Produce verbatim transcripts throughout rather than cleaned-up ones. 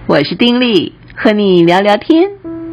我是丁莉，和你聊聊天。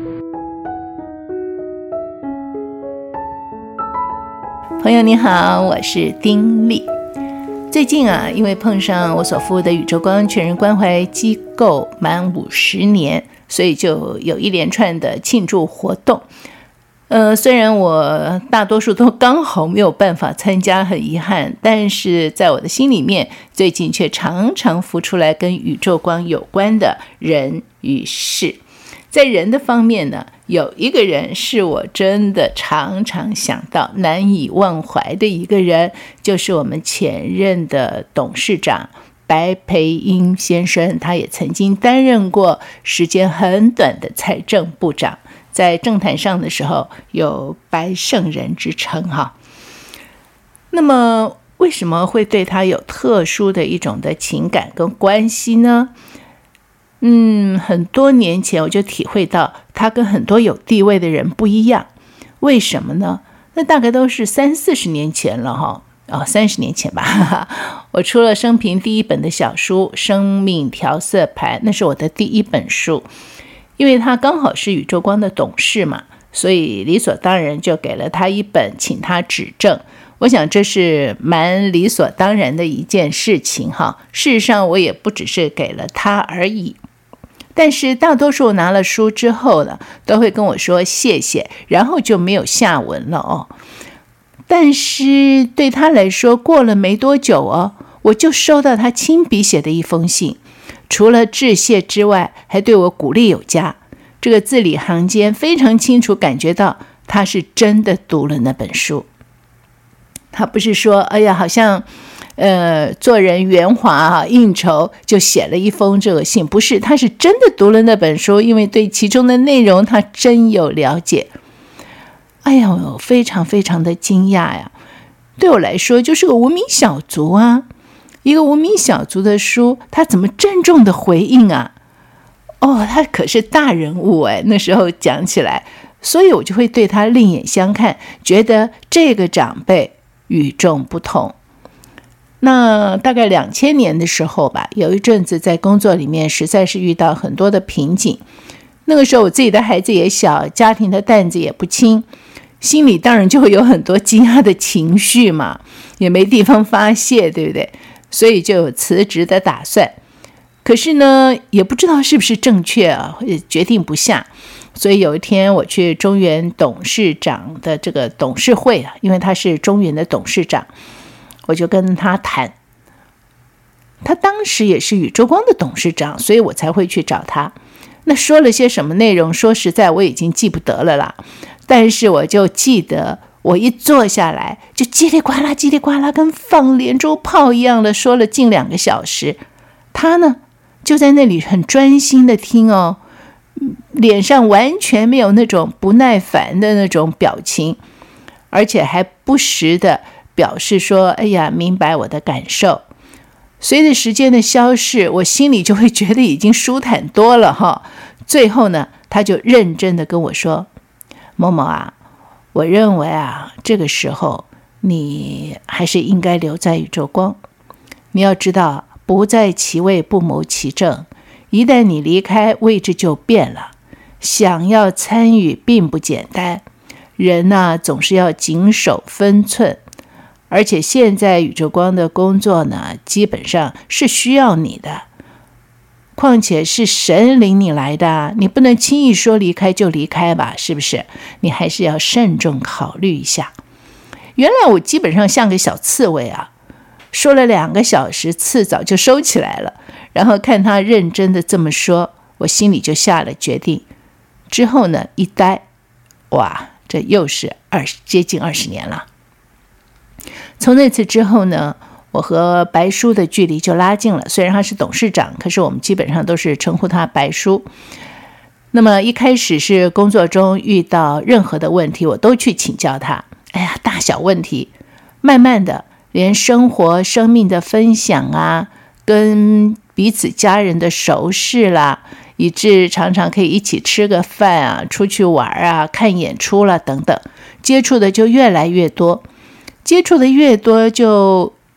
朋友你好，我是丁莉。最近啊，因为碰上我所服务的宇宙光全人关怀机构满五十年，所以就有一连串的庆祝活动。呃，虽然我大多数都刚好没有办法参加，很遗憾，但是在我的心里面，最近却常常浮出来跟宇宙光有关的人与事。在人的方面呢，有一个人是我真的常常想到、难以忘怀的一个人，就是我们前任的董事长白培英先生，他也曾经担任过时间很短的财政部长。在政坛上的时候有白圣人之称哈。那么为什么会对他有特殊的一种的情感跟关系呢？嗯，很多年前我就体会到他跟很多有地位的人不一样。为什么呢？那大概都是三四十年前了哈。哦，三十年前吧，哈哈，我出了生平第一本的小书《生命调色盘》，那是我的第一本书。因为他刚好是宇宙光的董事嘛，所以理所当然就给了他一本，请他指正。我想这是蛮理所当然的一件事情哈。事实上我也不只是给了他而已，但是大多数拿了书之后呢，都会跟我说谢谢，然后就没有下文了哦。但是对他来说，过了没多久哦，我就收到他亲笔写的一封信。除了致谢之外，还对我鼓励有加。这个字里行间非常清楚感觉到他是真的读了那本书。他不是说哎呀好像呃做人圆滑啊，应酬就写了一封这个信，不是，他是真的读了那本书，因为对其中的内容他真有了解。哎呀，我非常非常的惊讶呀！对我来说就是个无名小卒啊。一个无名小卒的书，他怎么郑重的回应啊？哦，他可是大人物哎，那时候讲起来，所以我就会对他另眼相看，觉得这个长辈与众不同。那大概两千年的时候吧，有一阵子在工作里面实在是遇到很多的瓶颈。那个时候我自己的孩子也小，家庭的担子也不轻，心里当然就会有很多积压的情绪嘛，也没地方发泄，对不对？所以就有辞职的打算，可是呢也不知道是不是正确啊，决定不下。所以有一天我去中原董事长的这个董事会啊，因为他是中原的董事长，我就跟他谈。他当时也是宇宙光的董事长，所以我才会去找他。那说了些什么内容，说实在我已经记不得了啦，但是我就记得我一坐下来就叽里呱啦叽里呱啦跟放连珠炮一样的说了近两个小时。他呢就在那里很专心的听哦，脸上完全没有那种不耐烦的那种表情，而且还不时的表示说哎呀明白我的感受。随着时间的消逝，我心里就会觉得已经舒坦多了哈。最后呢他就认真的跟我说，某某啊，我认为啊，这个时候你还是应该留在宇宙光。你要知道，不在其位不谋其政，一旦你离开，位置就变了。想要参与并不简单，人啊，总是要谨守分寸。而且现在宇宙光的工作呢，基本上是需要你的。况且是神领你来的，你不能轻易说离开就离开吧，是不是？你还是要慎重考虑一下。原来我基本上像个小刺猬啊，说了两个小时，刺早就收起来了。然后看他认真的这么说，我心里就下了决定。之后呢，一待，哇，这又是二十接近二十年了。从那次之后呢，我和白叔的距离就拉近了。虽然他是董事长，可是我们基本上都是称呼他白叔。那么一开始是工作中遇到任何的问题，我都去请教他。哎呀，大小问题，慢慢的连生活生命的分享啊，跟彼此家人的熟识啦，以致常常可以一起吃个饭啊，出去玩啊，看演出啦等等，接触的就越来越多。接触的越多，就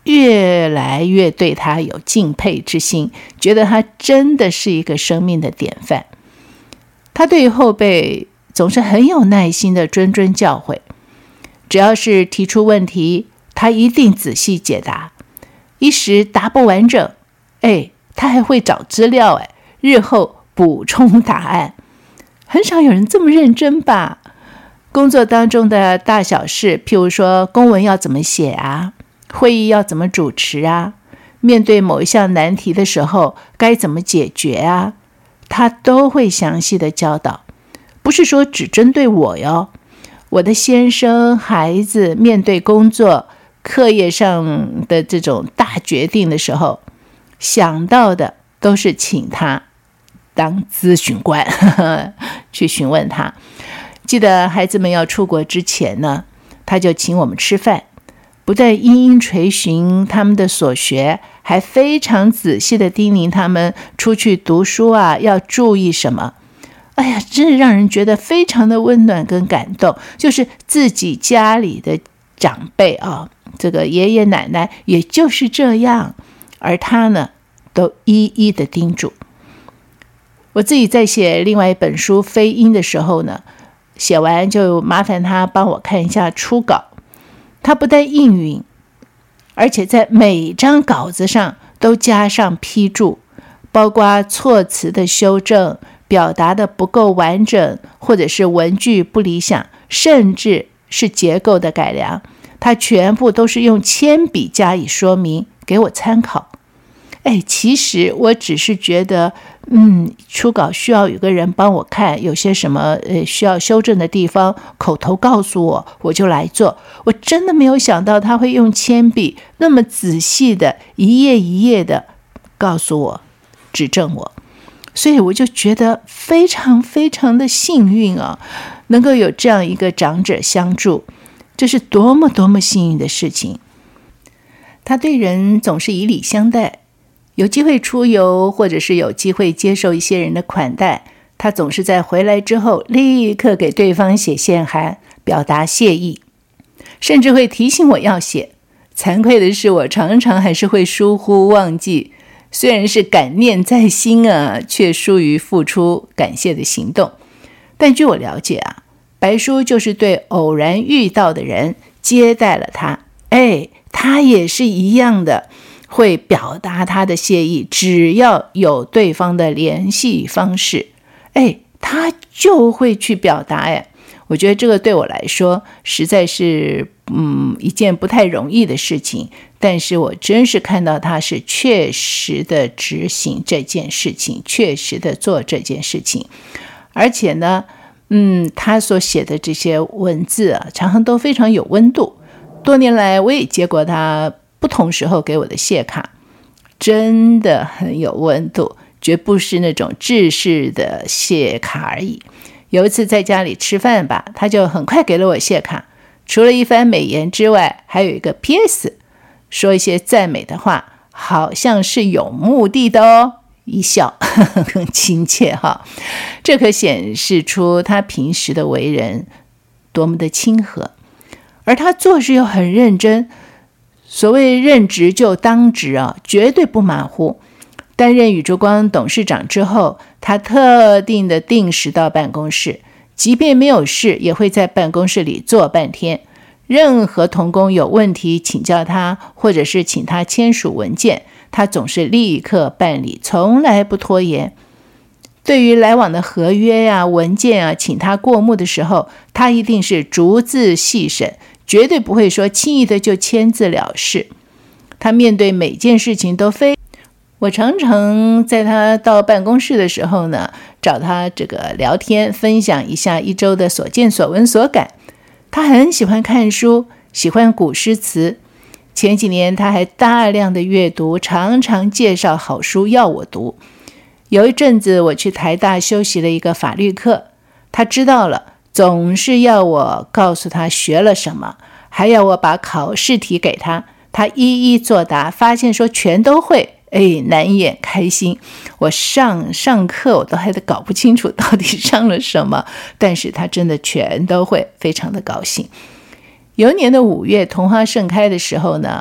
越来越对他有敬佩之心，觉得他真的是一个生命的典范。他对后辈总是很有耐心的谆谆教诲，只要是提出问题，他一定仔细解答，一时答不完整，哎，他还会找资料，哎，日后补充答案。很少有人这么认真吧？工作当中的大小事，譬如说公文要怎么写啊，会议要怎么主持啊，面对某一项难题的时候该怎么解决啊，他都会详细的教导。不是说只针对我哟，我的先生、孩子面对工作、课业上的这种大决定的时候，想到的都是请他当咨询官去询问他。记得孩子们要出国之前呢，他就请我们吃饭，不但殷殷垂询他们的所学，还非常仔细的叮咛他们出去读书啊要注意什么。哎呀，真是让人觉得非常的温暖跟感动，就是自己家里的长辈啊，这个爷爷奶奶也就是这样，而他呢都一一的叮嘱。我自己在写另外一本书《飞鹰》的时候呢，写完就麻烦他帮我看一下初稿。他不但应允，而且在每张稿子上都加上批注，包括措辞的修正，表达的不够完整，或者是文句不理想，甚至是结构的改良，他全部都是用铅笔加以说明，给我参考。哎，其实我只是觉得，嗯，初稿需要有个人帮我看，有些什么呃需要修正的地方，口头告诉我，我就来做。我真的没有想到他会用铅笔那么仔细的，一页一页的告诉我，指正我。所以我就觉得非常非常的幸运啊，能够有这样一个长者相助，这是多么多么幸运的事情。他对人总是以礼相待，有机会出游，或者是有机会接受一些人的款待，他总是在回来之后立刻给对方写信函，表达谢意，甚至会提醒我要写。惭愧的是，我常常还是会疏忽忘记，虽然是感念在心啊，却疏于付出感谢的行动。但据我了解啊，白叔就是对偶然遇到的人接待了他，哎，他也是一样的会表达他的谢意，只要有对方的联系方式，哎，他就会去表达。哎，我觉得这个对我来说实在是嗯一件不太容易的事情，但是我真是看到他是确实的执行这件事情，确实的做这件事情。而且呢，嗯，他所写的这些文字啊，常常都非常有温度。多年来我也接过他不同时候给我的谢卡，真的很有温度，绝不是那种制式的谢卡而已。有一次在家里吃饭吧，他就很快给了我谢卡，除了一番美言之外，还有一个 P S， 说一些赞美的话，好像是有目的的哦，一笑很亲切哈。这可显示出他平时的为人多么的亲和，而他做事又很认真。所谓任职就当职啊，绝对不马虎。担任宇宙光董事长之后，他特定的定时到办公室，即便没有事，也会在办公室里坐半天。任何同工有问题请教他，或者是请他签署文件，他总是立刻办理，从来不拖延。对于来往的合约啊、文件啊，请他过目的时候，他一定是逐字细审，绝对不会说轻易的就签字了事。他面对每件事情都非我常常在他到办公室的时候呢，找他这个聊天，分享一下一周的所见所闻所感。他很喜欢看书，喜欢古诗词。前几年他还大量的阅读，常常介绍好书要我读。有一阵子我去台大修习了一个法律课，他知道了，总是要我告诉他学了什么，还要我把考试题给他，他一一作答，发现说全都会，哎，难掩开心。我上上课我都还得搞不清楚到底上了什么，但是他真的全都会，非常的高兴。有一年的五月，桐花盛开的时候呢，我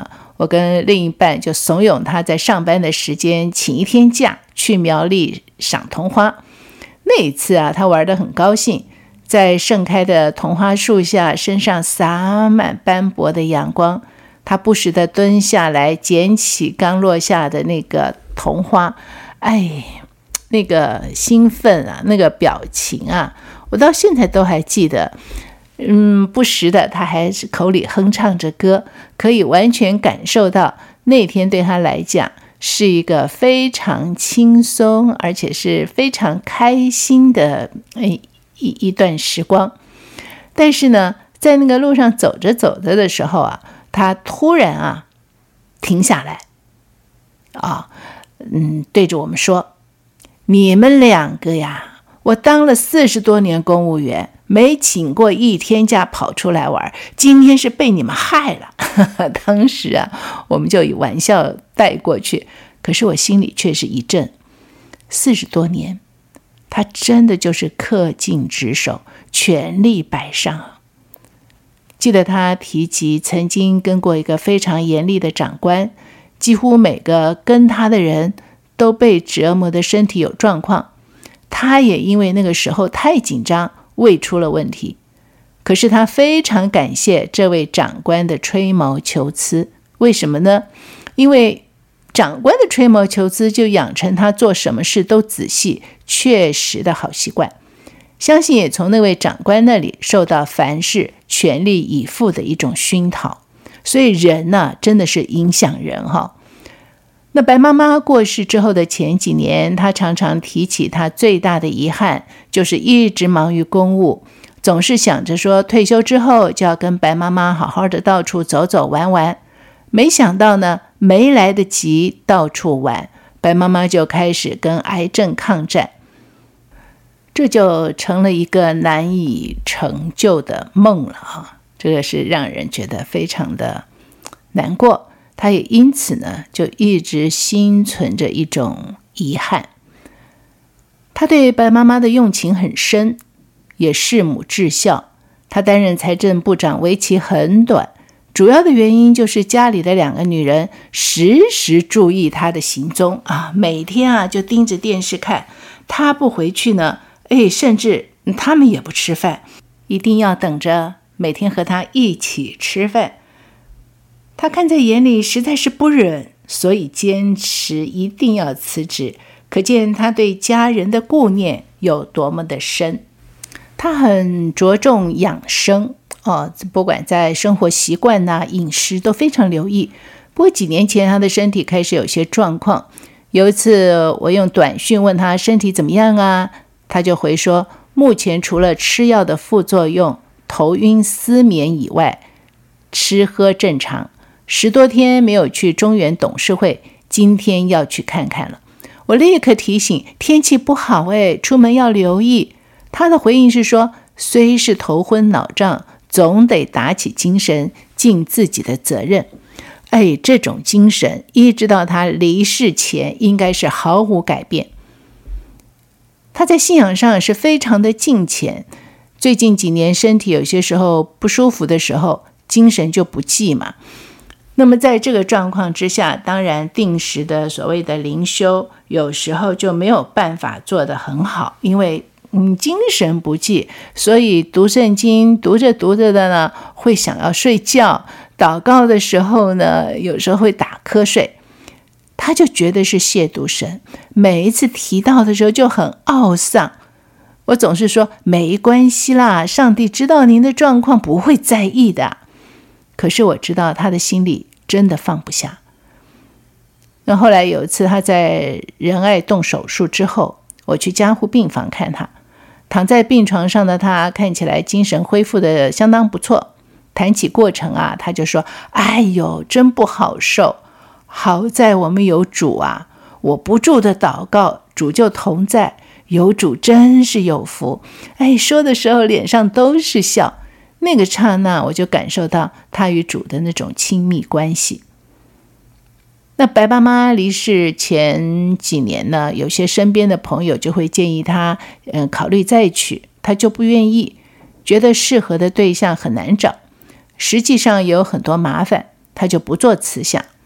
我跟另一半就怂恿他在上班的时间请一天假去苗栗赏桐花。那一次啊，他玩得很高兴，在盛开的桐花树下，身上洒满斑驳的阳光，他不时地蹲下来捡起刚落下的那个桐花，哎，那个兴奋啊，那个表情啊，我到现在都还记得。嗯，不时的他还是口里哼唱着歌，可以完全感受到那天对他来讲是一个非常轻松而且是非常开心的一一段时光。但是呢，在那个路上走着走着的时候啊，他突然啊停下来啊，嗯，对着我们说：“你们两个呀，我当了四十多年公务员，没请过一天假跑出来玩，今天是被你们害了。”当时啊，我们就以玩笑带过去，可是我心里却是一震。四十多年，他真的就是恪尽职守，全力摆上。记得他提及曾经跟过一个非常严厉的长官，几乎每个跟他的人都被折磨的身体有状况，他也因为那个时候太紧张，胃出了问题。可是他非常感谢这位长官的吹毛求疵，为什么呢？因为长官的吹毛求疵就养成他做什么事都仔细确实的好习惯，相信也从那位长官那里受到凡事全力以赴的一种熏陶。所以人呢、啊，真的是影响人哈。那白妈妈过世之后的前几年，她常常提起她最大的遗憾就是一直忙于公务，总是想着说退休之后就要跟白妈妈好好的到处走走玩玩。没想到呢，没来得及到处玩，白妈妈就开始跟癌症抗战，这就成了一个难以成就的梦了啊！这个是让人觉得非常的难过。他也因此呢，就一直心存着一种遗憾。他对白妈妈的用情很深，也弑母至孝。他担任财政部长为期很短，主要的原因就是家里的两个女人时时注意他的行踪啊，每天啊就盯着电视看，他不回去呢，哎，甚至他们也不吃饭，一定要等着每天和他一起吃饭。他看在眼里实在是不忍，所以坚持一定要辞职，可见他对家人的顾念有多么的深。他很着重养生哦，不管在生活习惯啊、饮食都非常留意。不过几年前他的身体开始有些状况，有一次我用短讯问他身体怎么样啊，他就回说目前除了吃药的副作用头晕失眠以外，吃喝正常。十多天没有去中原董事会，今天要去看看了。我立刻提醒天气不好，诶，出门要留意。他的回应是说，虽是头昏脑胀，总得打起精神，尽自己的责任。哎，这种精神一直到他离世前应该是毫无改变。他在信仰上是非常的敬虔，最近几年身体有些时候不舒服的时候，精神就不济嘛。那么在这个状况之下，当然定时的所谓的灵修有时候就没有办法做得很好，因为嗯精神不济，所以读圣经读着读着的呢，会想要睡觉，祷告的时候呢，有时候会打瞌睡。他就觉得是亵渎神，每一次提到的时候就很懊丧。我总是说没关系啦，上帝知道您的状况，不会在意的。可是我知道他的心里真的放不下。那后来有一次他在仁爱动手术之后，我去加护病房看他，躺在病床上的他看起来精神恢复的相当不错。谈起过程啊，他就说，哎呦，真不好受，好在我们有主啊，我不住的祷告，主就同在，有主真是有福。哎，说的时候脸上都是笑。那个刹那我就感受到他与主的那种亲密关系。那白妈妈离世前几年呢，有些身边的朋友就会建议他嗯，考虑再娶，他就不愿意，觉得适合的对象很难找，实际上也有很多麻烦，他就不做慈祥。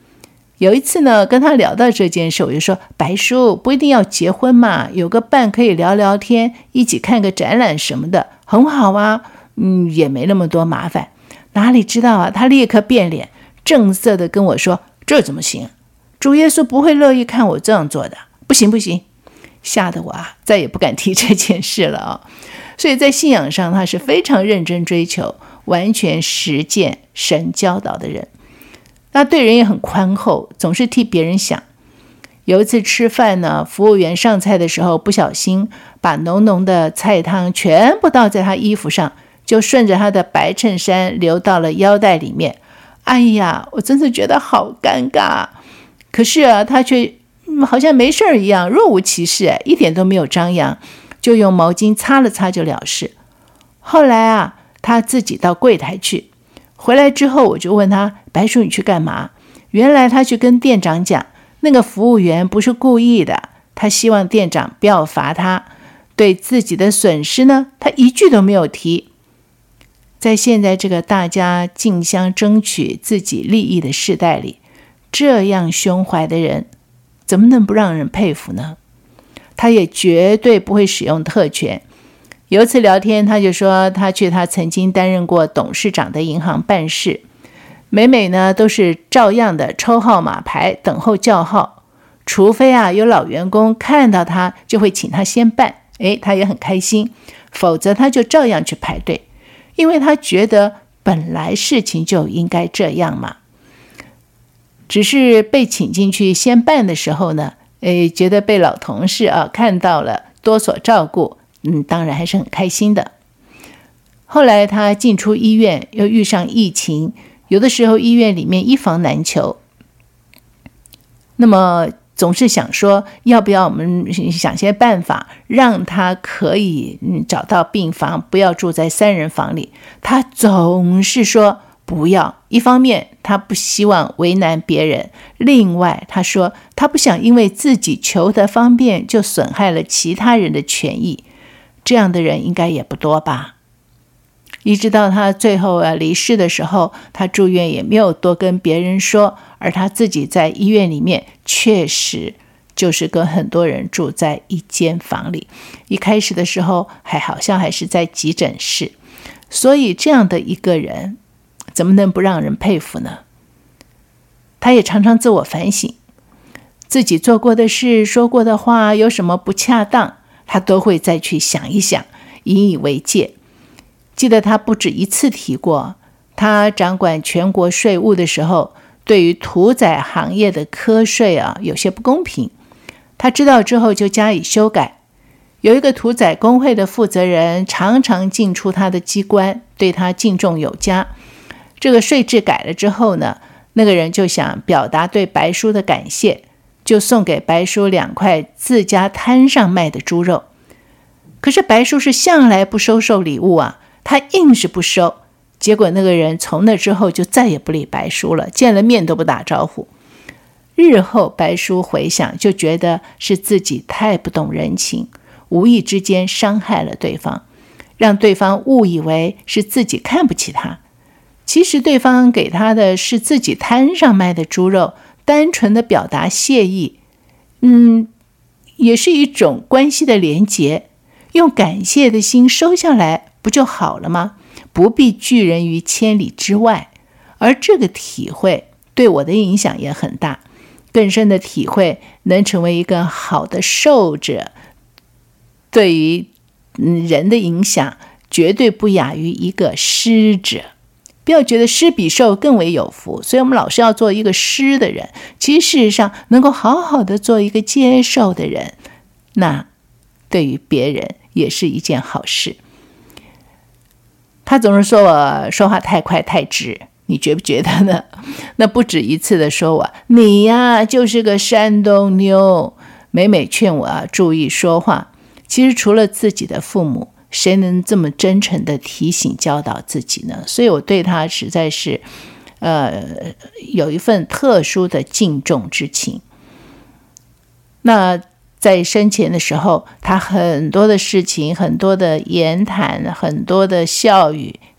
有一次呢，跟他聊到这件事，我就说，白叔不一定要结婚嘛，有个伴可以聊聊天，一起看个展览什么的，很好啊，嗯，也没那么多麻烦。哪里知道啊，他立刻变脸，正色的跟我说，这怎么行？主耶稣不会乐意看我这样做的，不行不行，吓得我啊，再也不敢提这件事了啊。所以在信仰上，他是非常认真追求，完全实践神教导的人。他对人也很宽厚，总是替别人想。有一次吃饭呢，服务员上菜的时候不小心把浓浓的菜汤全部倒在他衣服上，就顺着他的白衬衫流到了腰带里面。哎呀，我真是觉得好尴尬。可是啊，他却、嗯、好像没事一样，若无其事，一点都没有张扬，就用毛巾擦了擦就了事。后来啊，他自己到柜台去，回来之后我就问他，白叔你去干嘛？原来他去跟店长讲，那个服务员不是故意的，他希望店长不要罚他，对自己的损失呢，他一句都没有提。在现在这个大家竞相争取自己利益的时代里，这样胸怀的人怎么能不让人佩服呢？他也绝对不会使用特权。有一次聊天，他就说他去他曾经担任过董事长的银行办事，每每呢都是照样的抽号码牌等候叫号，除非啊有老员工看到他就会请他先办，诶，他也很开心，否则他就照样去排队，因为他觉得本来事情就应该这样嘛。只是被请进去先办的时候呢，诶，觉得被老同事啊看到了，多所照顾，嗯，当然还是很开心的。后来他进出医院，又遇上疫情，有的时候医院里面一房难求，那么总是想说，要不要我们想些办法，让他可以找到病房，不要住在三人房里。他总是说不要，一方面他不希望为难别人，另外他说他不想因为自己求得方便就损害了其他人的权益。这样的人应该也不多吧。一直到他最后啊离世的时候，他住院也没有多跟别人说，而他自己在医院里面确实就是跟很多人住在一间房里。一开始的时候还好像还是在急诊室，所以这样的一个人怎么能不让人佩服呢？他也常常自我反省，自己做过的事，说过的话有什么不恰当，他都会再去想一想，引以为戒。记得他不止一次提过，他掌管全国税务的时候，对于屠宰行业的课税啊有些不公平，他知道之后就加以修改。有一个屠宰工会的负责人常常进出他的机关，对他敬重有加。这个税制改了之后呢，那个人就想表达对白叔的感谢，就送给白叔两块自家摊上卖的猪肉。可是白叔是向来不收受礼物啊，他硬是不收，结果那个人从那之后就再也不理白叔了，见了面都不打招呼。日后白叔回想，就觉得是自己太不懂人情，无意之间伤害了对方，让对方误以为是自己看不起他。其实对方给他的是自己摊上卖的猪肉，单纯的表达谢意，嗯，也是一种关系的连结，用感谢的心收下来不就好了吗？不必拒人于千里之外。而这个体会对我的影响也很大，更深的体会能成为一个好的受者，对于人的影响绝对不亚于一个施者。不要觉得施比受更为有福，所以我们老是要做一个施的人，其实事实上能够好好的做一个接受的人，那对于别人也是一件好事。他总是说我说话太快太直，你觉不觉得呢？那不止一次的说我，你呀就是个山东妞，每每劝我啊注意说话。其实除了自己的父母，谁能这么真诚的提醒教导自己呢？所以我对他实在是呃有一份特殊的敬重之情。那在生前的时候，他很多的事情，很多的言谈，很多的笑语，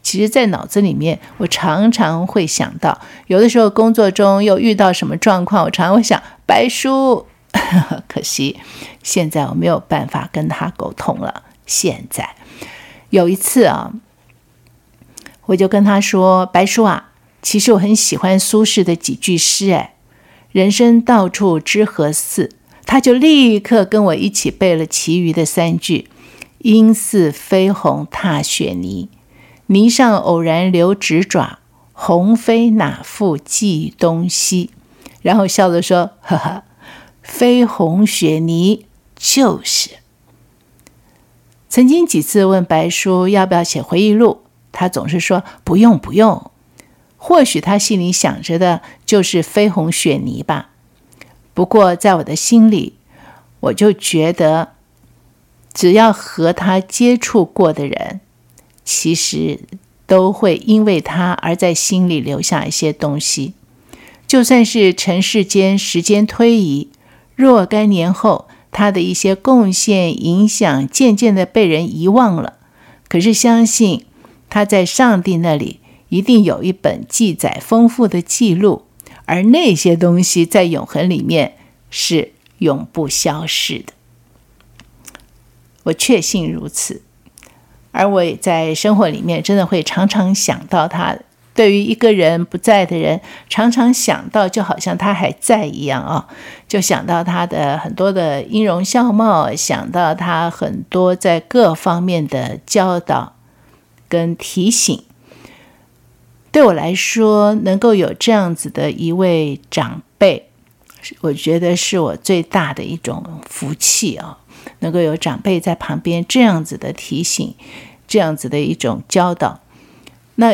其实在脑子里面我常常会想到，有的时候工作中又遇到什么状况，我常常会想白叔可惜现在我没有办法跟他沟通了。现在有一次啊，我就跟他说，白叔啊，其实我很喜欢苏轼的几句诗，哎，人生到处知何似，他就立刻跟我一起背了其余的三句，应似飞鸿踏雪泥，泥上偶然留指爪，鸿飞哪复计东西。然后笑着说，呵呵，飞鸿雪泥就是。曾经几次问白叔要不要写回忆录，他总是说不用不用，或许他心里想着的就是飞鸿雪泥吧。不过在我的心里，我就觉得只要和他接触过的人，其实都会因为他而在心里留下一些东西。就算是尘世间时间推移，若干年后他的一些贡献影响渐渐的被人遗忘了，可是相信他在上帝那里一定有一本记载丰富的记录，而那些东西在永恒里面是永不消逝的。我确信如此，而我也在生活里面真的会常常想到他。对于一个人不在的人，常常想到就好像他还在一样啊，就想到他的很多的音容笑貌，想到他很多在各方面的教导跟提醒。对我来说，能够有这样子的一位长辈，我觉得是我最大的一种福气啊，能够有长辈在旁边这样子的提醒，这样子的一种教导。那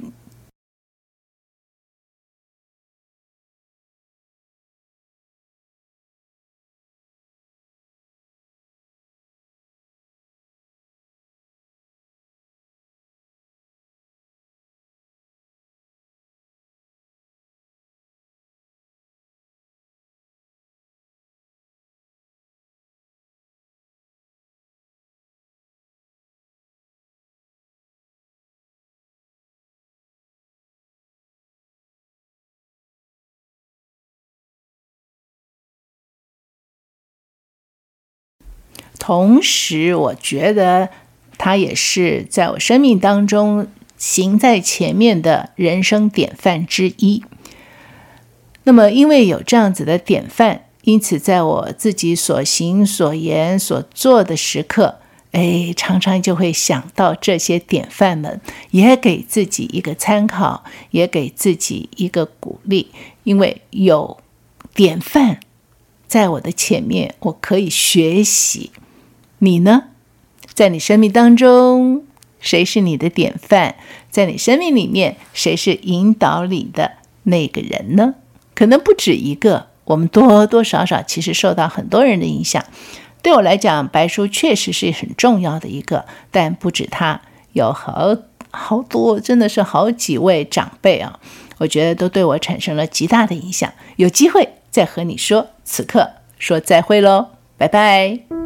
同时我觉得他也是在我生命当中行在前面的人生典范之一。那么因为有这样子的典范，因此在我自己所行所言所做的时刻，哎，常常就会想到这些典范们，也给自己一个参考，也给自己一个鼓励。因为有典范在我的前面，我可以学习。你呢？在你生命当中，谁是你的典范？在你生命里面，谁是引导你的那个人呢？可能不止一个，我们多多少少其实受到很多人的影响。对我来讲，白叔确实是很重要的一个，但不止他，有好好多，真的是好几位长辈啊，我觉得都对我产生了极大的影响。有机会再和你说，此刻说再会咯，拜拜。